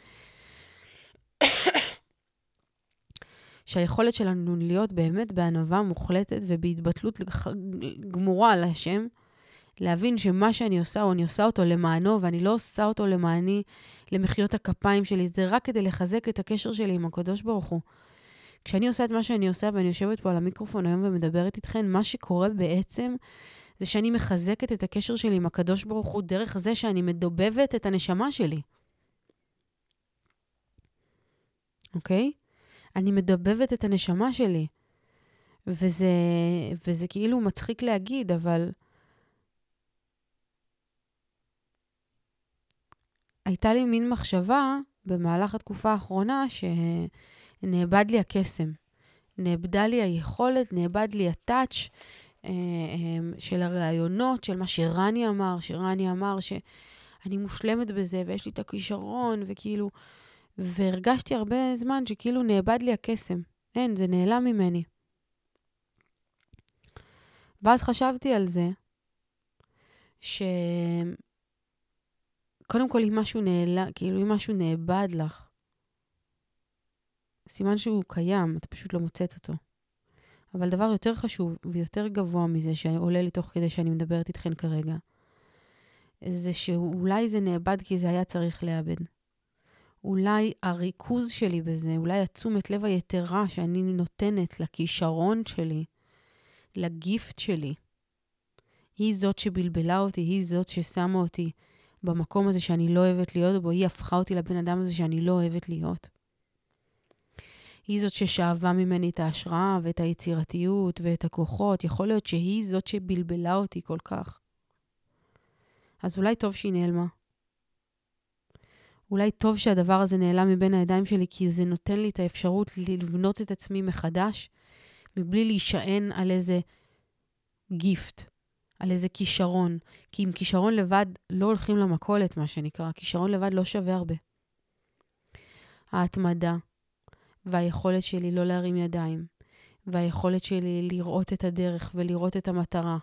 שהיכולת שלנו להיות באמת בענווה מוחלטת ובהתבטלות גמורה על השם, להבין שמה שאני עושה, אני עושה אותו למענו, ואני לא עושה אותו למעני, למחיות הכפיים שלי. זה רק כדי לחזק את הקשר שלי עם הקדוש ברוך הוא. כשאני עושה את מה שאני עושה, ואני יושבת פה על המיקרופון היום ומדברת איתכן, מה שקורה בעצם, זה שאני מחזקת את הקשר שלי עם הקדוש ברוך הוא, דרך זה שאני מדובבת את הנשמה שלי. אוקיי? אני מדובבת את הנשמה שלי. וזה כאילו מצחיק להגיד, אבל הייתה לי מין מחשבה במהלך התקופה האחרונה שנאבד לי הקסם. נאבדה לי היכולת, נאבד לי הטאץ' של הרעיונות, של מה שרני אמר שאני מושלמת בזה ויש לי את הכישרון וכאילו, והרגשתי הרבה זמן שכאילו נאבד לי הקסם. אין, זה נעלם ממני. ואז חשבתי על זה, קודם כל, אם משהו נאבד לך, סימן שהוא קיים, אתה פשוט לא מוצאת אותו. אבל דבר יותר חשוב ויותר גבוה מזה שעולה לי תוך כדי שאני מדברת איתכן כרגע, זה שאולי זה נאבד כי זה היה צריך לאבד. אולי הריכוז שלי בזה, אולי התשומת לב היתרה שאני נותנת לכישרון שלי, לגיפט שלי, היא זאת שבלבלה אותי, היא זאת ששמה אותי במקום הזה שאני לא אוהבת להיות בו, היא הפכה אותי לבן אדם הזה שאני לא אוהבת להיות. היא זאת ששאבה ממני את ההשראה ואת היצירתיות ואת הכוחות. יכול להיות שהיא זאת שבלבלה אותי כל כך. אז אולי טוב שהיא נעלמה. אולי טוב שהדבר הזה נעלם מבין הידיים שלי, כי זה נותן לי את האפשרות לבנות את עצמי מחדש, מבלי להישען על איזה גיפט, על איזה כישרון. כי עם כישרון לבד לא הולכים למכולת, מה שנקרא. כישרון לבד לא שווה הרבה. ההתמדה והיכולת שלי לא להרים ידיים, והיכולת שלי לראות את הדרך ולראות את המטרה.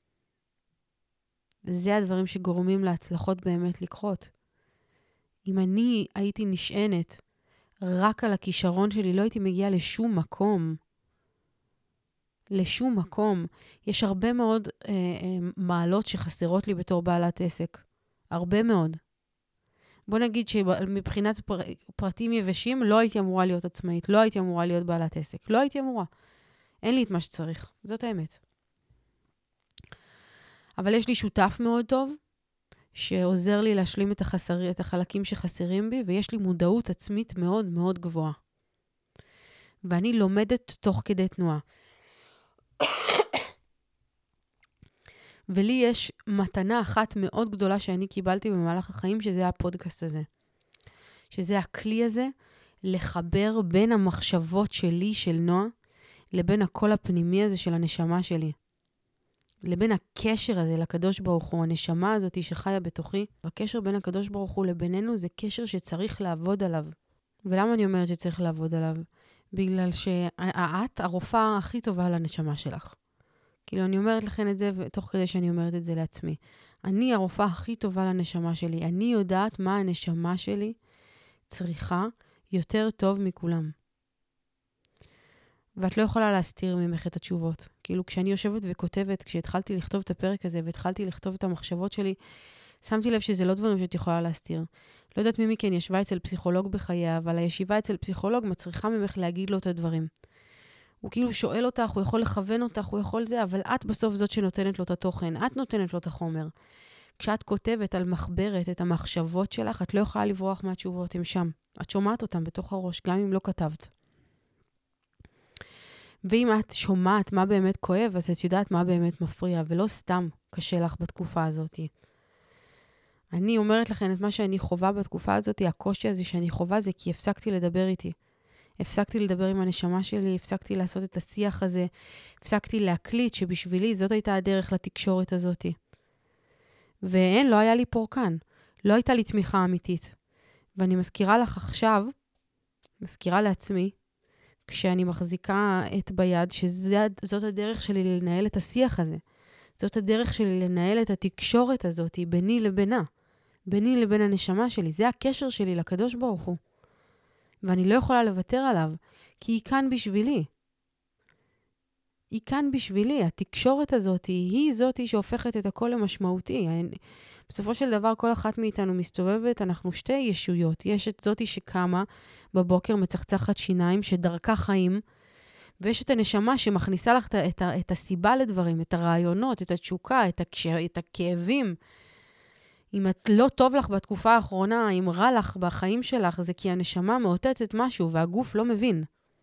זה הדברים שגורמים להצלחות באמת לקרות. אם אני הייתי נשענת רק על הכישרון שלי, לא הייתי מגיעה לשום מקום. לשום מקום. יש הרבה מאוד מעלות שחסרות לי בתור בעלת עסק. הרבה מאוד. בוא נגיד שמבחינת פרטים יבשים, לא הייתי אמורה להיות עצמאית, לא הייתי אמורה להיות בעלת עסק. לא הייתי אמורה. אין לי את מה שצריך. זאת האמת. אבל יש לי שותף מאוד טוב, שעוזר לי להשלים את החלקים שחסרים בי, ויש לי מודעות עצמית מאוד מאוד גבוהה. ואני לומדת תוך כדי תנועה. ולי יש מתנה אחת מאוד גדולה שאני קיבלתי במהלך החיים, שזה הפודקאסט הזה. שזה הכלי הזה לחבר בין המחשבות שלי, של נועה, לבין הקול הפנימי הזה של הנשמה שלי. לבין הקשר הזה לקדוש ברוך הוא, הנשמה הזאת שחיה בתוכי. הקשר בין הקדוש ברוך הוא לבינינו זה קשר שצריך לעבוד עליו. ולמה אני אומרת שצריך לעבוד עליו? בגלל שאת הרופאה הכי טובה לנשמה שלך. כאילו אני אומרת לכן את זה, ותוך כדי שאני אומרת את זה לעצמי. אני הרופאה הכי טובה לנשמה שלי. אני יודעת מה הנשמה שלי צריכה יותר טוב מכולם. ואת לא יכולה להסתיר ממך את התשובות. כאילו כשאני יושבת וכותבת, כשהתחלתי לכתוב את הפרק הזה, והתחלתי לכתוב את המחשבות שלי, שמתי לב שזה לא דברים שאת יכולה להסתיר. לא יודעת מי מכן ישבה אצל פסיכולוג בחייה, אבל הישיבה אצל פסיכולוג מצריכה ממך להגיד לו את הדברים. הוא כאילו שואל אותך, הוא יכול לכוון אותך, הוא יכול זה, אבל את בסוף זאת שנותנת לו את התוכן, את נותנת לו את החומר. כשאת כותבת על מחברת את המחשבות שלך, את לא יכולה לברוח מהתשובות, הם שם. את שומעת אותם בתוך הראש, גם אם לא כתבת. ואם את שומעת מה באמת כואב, אז את יודעת מה באמת מפריע, ולא סתם קשה לך בתקופה הזאת. אני אומרת לכם את מה שאני חובה בתקופה הזאת, הקושי הזה שאני חובה זה כי הפסקתי לדבר איתי. הפסקתי לדבר עם הנשמה שלי, הפסקתי לעשות את השיח הזה, הפסקתי להקליט שבשבילי זאת הייתה הדרך לתקשורת הזאת. ואין, לא היה לי פורקן. לא הייתה לי תמיכה אמיתית. ואני מזכירה לך עכשיו, מזכירה לעצמי, כשאני מחזיקה את ביד, שזאת הדרך שלי לנהל את השיח הזה. זאת הדרך שלי לנהל את התקשורת הזאת ביני לבינה. ביני לבין הנשמה שלי. זה הקשר שלי לקדוש ברוך הוא. ואני לא יכולה לוותר עליו, כי היא כאן בשבילי. היא כאן בשבילי. התקשורת הזאת היא זאת שהופכת את הכל למשמעותי. בסופו של דבר, כל אחת מאיתנו מסתובבת, אנחנו שתי ישויות. יש את זאת שקמה בבוקר מצחצחת שיניים, שדרכה חיים, ויש את הנשמה שמכניסה לך את הסיבה לדברים, את הרעיונות, את התשוקה, את הכאבים. אם את לא טוב לך בתקופה האחרונה, אם רע לך בחיים שלך, זה כי הנשמה מאותתת משהו והגוף לא מבין.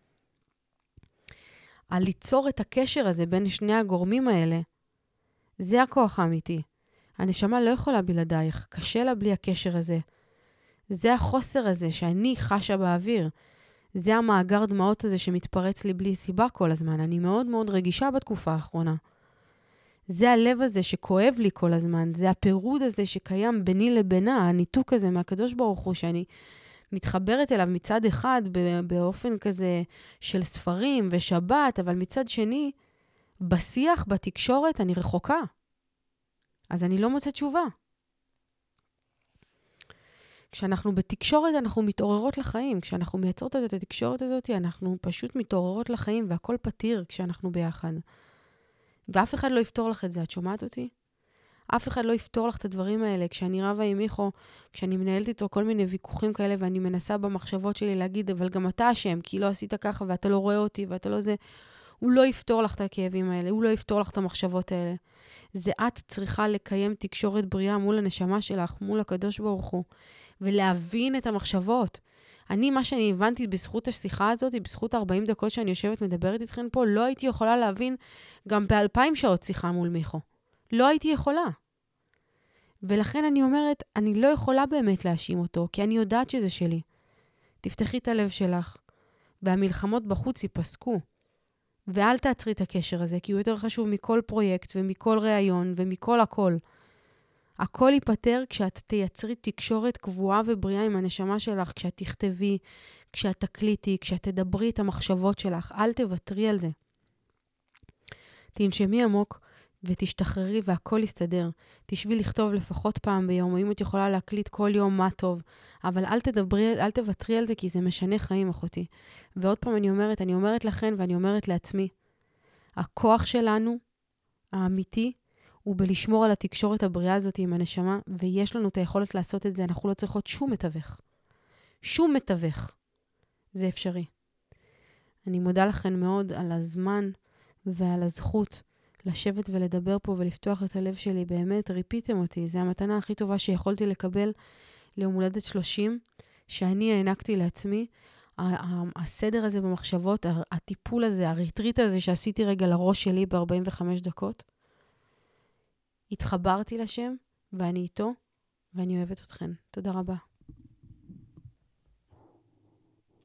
על ליצור את הקשר הזה בין שני הגורמים האלה, זה הכוח האמיתי. הנשמה לא יכולה בלעדייך, קשה לה בלי הקשר הזה. זה החוסר הזה שאני חשה באוויר. זה המאגר דמעות הזה שמתפרץ לי בלי סיבה כל הזמן. אני מאוד מאוד רגישה בתקופה האחרונה. זה הלב הזה שכואב לי כל הזמן. זה הפירוד הזה שקיים ביני לבינה, הניתוק הזה מהקדוש ברוך הוא, שאני מתחברת אליו מצד אחד באופן כזה של ספרים ושבת, אבל מצד שני, בשיח, בתקשורת, אני רחוקה. אז אני לא מוצאת תשובה. כשאנחנו בתקשורת, אנחנו מתעוררות לחיים. כשאנחנו מייצרות את התקשורת הזאת, אנחנו פשוט מתעוררות לחיים, והכל פתיר כשאנחנו ביחד. ואף אחד לא יפתור לך את זה. את שומעת אותי? אף אחד לא יפתור לך את הדברים האלה. כשאני רבה עם מיכו, כשאני מנהלת איתו כל מיני ויכוחים כאלה, ואני מנסה במחשבות שלי להגיד, אבל גם אתה אשם, כי לא עשית ככה, ואתה לא רואה אותי, ואתה לא זה. הוא לא יפתור לך את הכאבים האלה, הוא לא יפתור לך את המחשבות האלה. זה את צריכה לקיים תקשורת בריאה מול הנשמה שלך, מול הקדוש ברוך הוא, ולהבין את המחשבות. מה שאני הבנתי בזכות השיחה הזאת, בזכות 40 דקות שאני יושבת מדברת איתכן פה, לא הייתי יכולה להבין גם ב2,000 שעות שיחה מול מיכו. לא הייתי יכולה. ולכן אני אומרת, אני לא יכולה באמת להאשים אותו, כי אני יודעת שזה שלי. תפתחי את הלב שלך, והמלחמות בחוץ ייפסקו. ואל תעצרי את הקשר הזה, כי הוא יותר חשוב מכל פרויקט ומכל ראיון ומכל הכל. הכל ייפטר כשאת תייצרי תקשורת קבועה ובריאה עם הנשמה שלך, כשאת תכתבי, כשאת תקליטי, כשאת תדברי את המחשבות שלך. אל תוותרי על זה. תנשמי עמוק ותשתחררי והכל יסתדר. תשבי לכתוב לפחות פעם ביום, או אם את יכולה להקליט כל יום מה טוב. אבל אל תוותרי על זה, כי זה משנה חיים, אחותי. ועוד פעם אני אומרת לכן ואני אומרת לעצמי, הכוח שלנו, האמיתי, הוא בלשמור על התקשורת הבריאה הזאת עם הנשמה, ויש לנו את היכולת לעשות את זה. אנחנו לא צריכות שום מתווך. שום מתווך. זה אפשרי. אני מודה לכן מאוד על הזמן ועל הזכות לשבת ולדבר פה ולפתוח את הלב שלי. באמת, ריפיתם אותי. זו המתנה הכי טובה שיכולתי לקבל ליום הולדת 30, שאני הענקתי לעצמי. הסדר הזה במחשבות, הטיפול הזה, הריטריט הזה שעשיתי רגע לראש שלי ב-45 דקות, התחברתי לשם, ואני איתו, ואני אוהבת אתכן. תודה רבה.